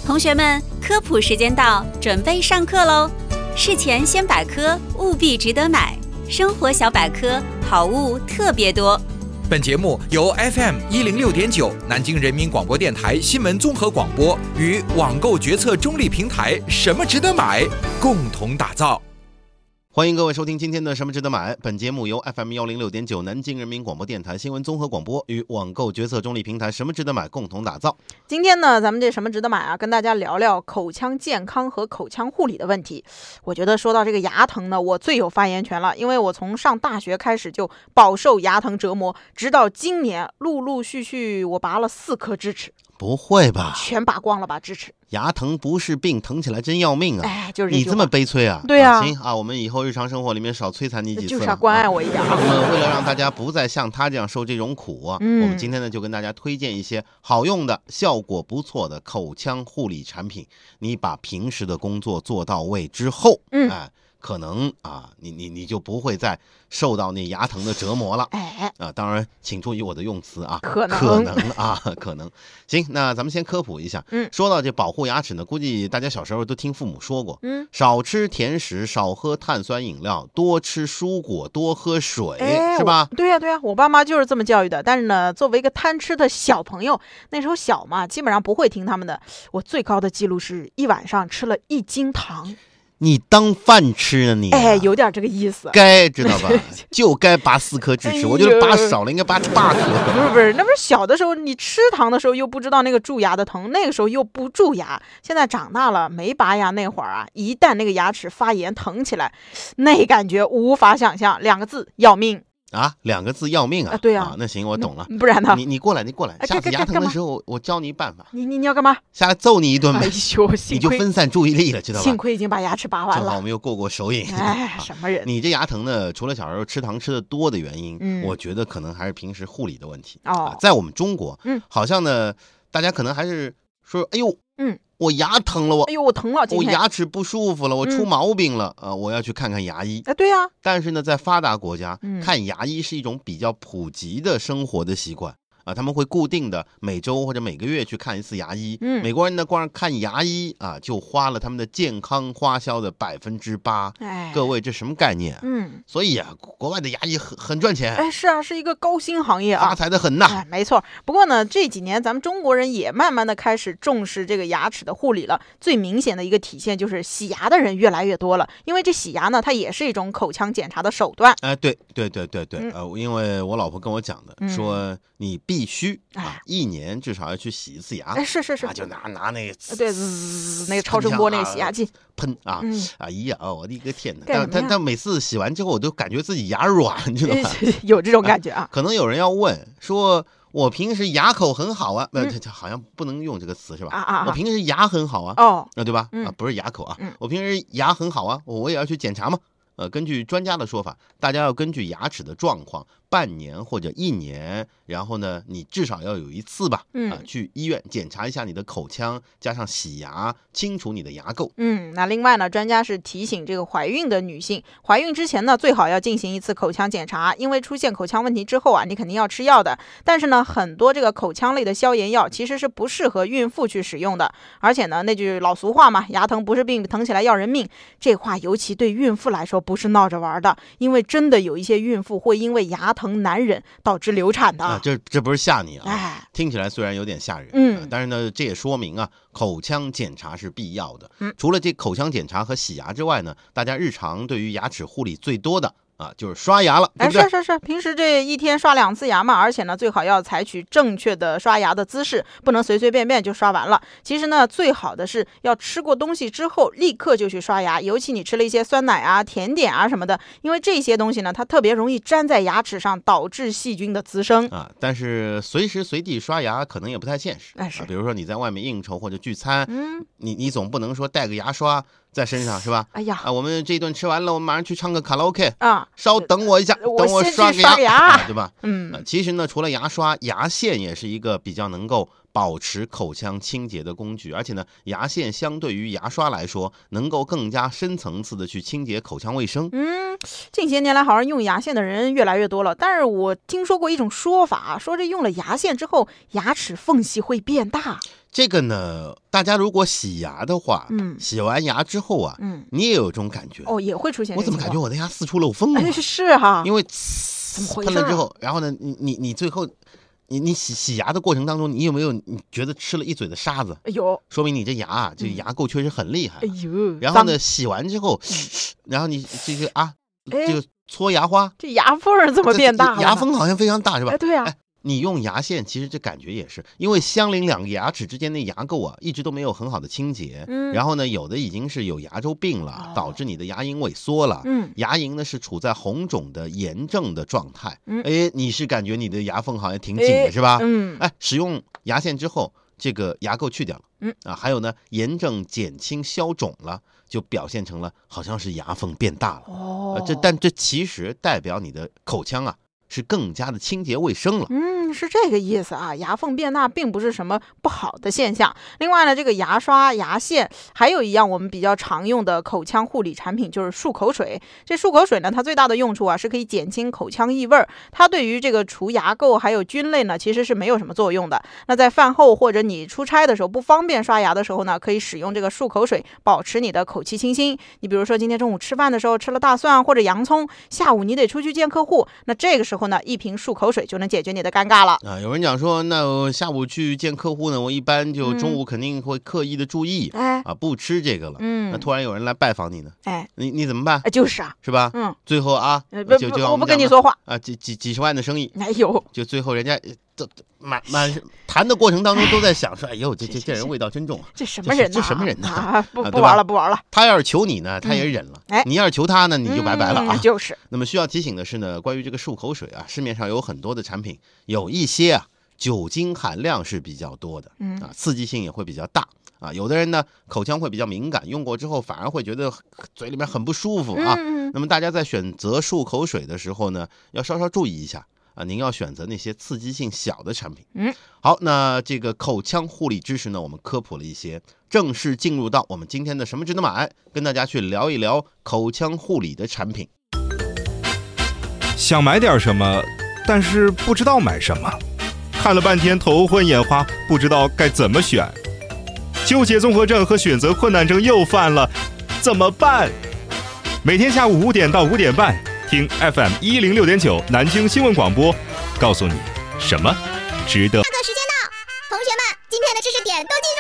同学们，科普时间到，准备上课喽！事前先百科，务必值得买。生活小百科，好物特别多。 本节目由 FM106.9 南京人民广播电台新闻综合广播与网购决策中立平台什么值得买共同打造。 欢迎各位收听今天的什么值得买。本节目由 FM106.9 南京人民广播电台新闻综合广播与网购决策中立平台什么值得买共同打造。 今天呢，咱们这什么值得买啊，跟大家聊聊口腔健康和口腔护理的问题。我觉得说到这个牙疼呢，我最有发言权了，因为我从上大学开始就饱受牙疼折磨，直到今年陆陆续续我拔了4颗智齿。 不会吧？ 全拔光了吧智齿？ 牙疼不是病，疼起来真要命啊！ 哎，就是你这么悲催啊？ 对啊。 行啊，我们以后日常生活里面少摧残你几次， 就是关爱我一点。 那么为了让大家不再像他这样受这种苦啊，我们今天呢就跟大家推荐一些好用的、效果不错的口腔护理产品。你把平时的工作做到位之后，可能啊，你就不会再受到那牙疼的折磨了。当然，请注意我的用词啊，可能。行，那咱们先科普一下。说到这保护牙齿呢，估计大家小时候都听父母说过，少吃甜食，少喝碳酸饮料，多吃蔬果，多喝水，是吧？ 对呀，我爸妈就是这么教育的。但是呢，作为一个贪吃的小朋友，那时候小嘛，基本上不会听他们的。我最高的记录是一晚上吃了1斤糖。 你当饭吃呢你？ 有点这个意思。 该知道吧？就该拔4颗智齿，我觉得拔少了应该拔8颗。 不是，那不是小的时候你吃糖的时候又不知道那个蛀牙的疼，那个时候又不蛀牙。现在长大了没拔牙那会儿啊，一旦那个牙齿发炎疼起来，那感觉无法想象，2个字要命。 啊，2个字要命啊！ 对啊， 那行，我懂了。 不然呢？ 你过来，下次牙疼的时候，我教你办法。 你要干嘛？ 下来揍你一顿吧。你就分散注意力了，知道吧？ 幸亏已经把牙齿拔完了。 正好我们又过手瘾。 什么人？ 你这牙疼呢，除了小时候吃糖吃的多的原因，我觉得可能还是平时护理的问题。在我们中国，好像呢，大家可能还是说，哎呦，我牙疼了， 我疼了， 我牙齿不舒服了，我出毛病了，我要去看看牙医。 对呀。 但是呢，在发达国家，看牙医是一种比较普及的生活的习惯。他们会固定的每周或者每个月去看一次牙医。美国人呢，光看牙医就花了他们的健康花销的8%。各位，这什么概念？所以国外的牙医很赚钱。 是啊，是一个高薪行业啊， 发财的很呐。 没错。不过呢，这几年咱们中国人也慢慢的开始重视这个牙齿的护理了。最明显的一个体现就是洗牙的人越来越多了，因为这洗牙呢，它也是一种口腔检查的手段。 对。因为我老婆跟我讲的，说你必须1年至少要去洗1次牙。 是， 就拿那个那个超声波那个洗牙剂喷啊。哎呀，我的一个天哪！但每次洗完之后，我都感觉自己牙软，你知道吗？ 有这种感觉啊。 可能有人要问说，我平时牙口很好啊，好像不能用这个词是吧？我平时牙很好啊，对吧？不是牙口啊，我平时牙很好啊，我也要去检查嘛。根据专家的说法，大家要根据牙齿的状况，半年或者1年，然后呢，你至少要有1次吧，去医院检查一下你的口腔，加上洗牙，清除你的牙垢。 那另外呢，专家是提醒这个怀孕的女性，怀孕之前呢，最好要进行1次口腔检查，因为出现口腔问题之后啊，你肯定要吃药的。但是呢，很多这个口腔类的消炎药其实是不适合孕妇去使用的。而且呢，那句老俗话嘛，牙疼不是病，疼起来要人命。这话尤其对孕妇来说不是闹着玩的，因为真的有一些孕妇会因为牙疼难忍导致流产的。 这不是吓你啊，听起来虽然有点吓人，但是呢，这也说明口腔检查是必要的。除了这口腔检查和洗牙之外呢，大家日常对于牙齿护理最多的就是刷牙了，对不对？ 是，平时这1天刷2次牙嘛，而且呢，最好要采取正确的刷牙的姿势，不能随随便便就刷完了。其实呢，最好的是要吃过东西之后立刻就去刷牙，尤其你吃了一些酸奶啊、甜点啊什么的，因为这些东西呢，它特别容易粘在牙齿上，导致细菌的滋生但是随时随地刷牙可能也不太现实。比如说你在外面应酬或者聚餐，你总不能说带个牙刷在身上是吧？我们这一顿吃完了，我们马上去唱个卡拉 OK 稍等我一下，等我刷个牙，对吧？其实呢，除了牙刷，牙线也是一个比较能够保持口腔清洁的工具，而且呢，牙线相对于牙刷来说，能够更加深层次的去清洁口腔卫生。 近些年来好像用牙线的人越来越多了，但是我听说过一种说法，说这用了牙线之后，牙齿缝隙会变大。 这个呢，大家如果洗牙的话，洗完牙之后啊，你也有这种感觉也会出现这种情况。 我怎么感觉我的牙四处漏风了？ 是哈， 因为怎么回事喷了之后，然后呢，你最后你洗牙的过程当中，你有没有你觉得吃了一嘴的沙子？ 有， 说明你这牙啊，这牙垢确实很厉害。然然后呢，洗完之后，然后你这个这个搓牙花， 这牙缝怎么变大了？ 牙缝好像非常大，是吧？ 对啊。 你用牙线，其实这感觉也是，因为相邻两个牙齿之间的牙垢啊，一直都没有很好的清洁。然后呢，有的已经是有牙周病了，导致你的牙龈萎缩了。牙龈呢是处在红肿的炎症的状态。你是感觉你的牙缝好像挺紧的，是吧？使用牙线之后，这个牙垢去掉了。还有呢，炎症减轻消肿了，就表现成了好像是牙缝变大了。但这其实代表你的口腔啊是更加的清洁卫生了。 是这个意思啊，牙缝变大并不是什么不好的现象。另外呢，这个牙刷、牙线，还有一样我们比较常用的口腔护理产品就是漱口水。这漱口水呢，它最大的用处啊是可以减轻口腔异味，它对于这个除牙垢还有菌类呢，其实是没有什么作用的。那在饭后或者你出差的时候不方便刷牙的时候呢，可以使用这个漱口水，保持你的口气清新。你比如说今天中午吃饭的时候吃了大蒜或者洋葱，下午你得出去见客户，那这个时候呢，一瓶漱口水就能解决你的尴尬了。 有人讲说，那我下午去见客户呢，我一般就中午肯定会刻意的注意，不吃这个了。那突然有人来拜访你呢，你怎么办？ 就是啊， 是吧？最后啊， 我不跟你说话啊，几十万的生意， 有， 就最后人家都满谈的过程当中都在想说，哎呦，这人味道真重啊， 这什么人？ 这什么人呢？不玩了。 他要是求你呢，他也忍了。你要是求他呢，你就拜拜了啊。 就是。 那么需要提醒的是呢，关于这个漱口水啊，市面上有很多的产品，有一些啊酒精含量是比较多的，刺激性也会比较大啊。有的人呢口腔会比较敏感，用过之后反而会觉得嘴里面很不舒服啊。那么大家在选择漱口水的时候呢，要稍稍注意一下。您要选择那些刺激性小的产品。好，那这个口腔护理知识呢，我们科普了一些，正式进入到我们今天的什么值得买，跟大家去聊一聊口腔护理的产品。 想买点什么，但是不知道买什么，看了半天头昏眼花，不知道该怎么选，纠结综合症和选择困难症又犯了，怎么办？每天下午5点到5点半。听 FM 106.9南京新闻广播，告诉你什么值得。 下课时间到，同学们，今天的知识点都记住。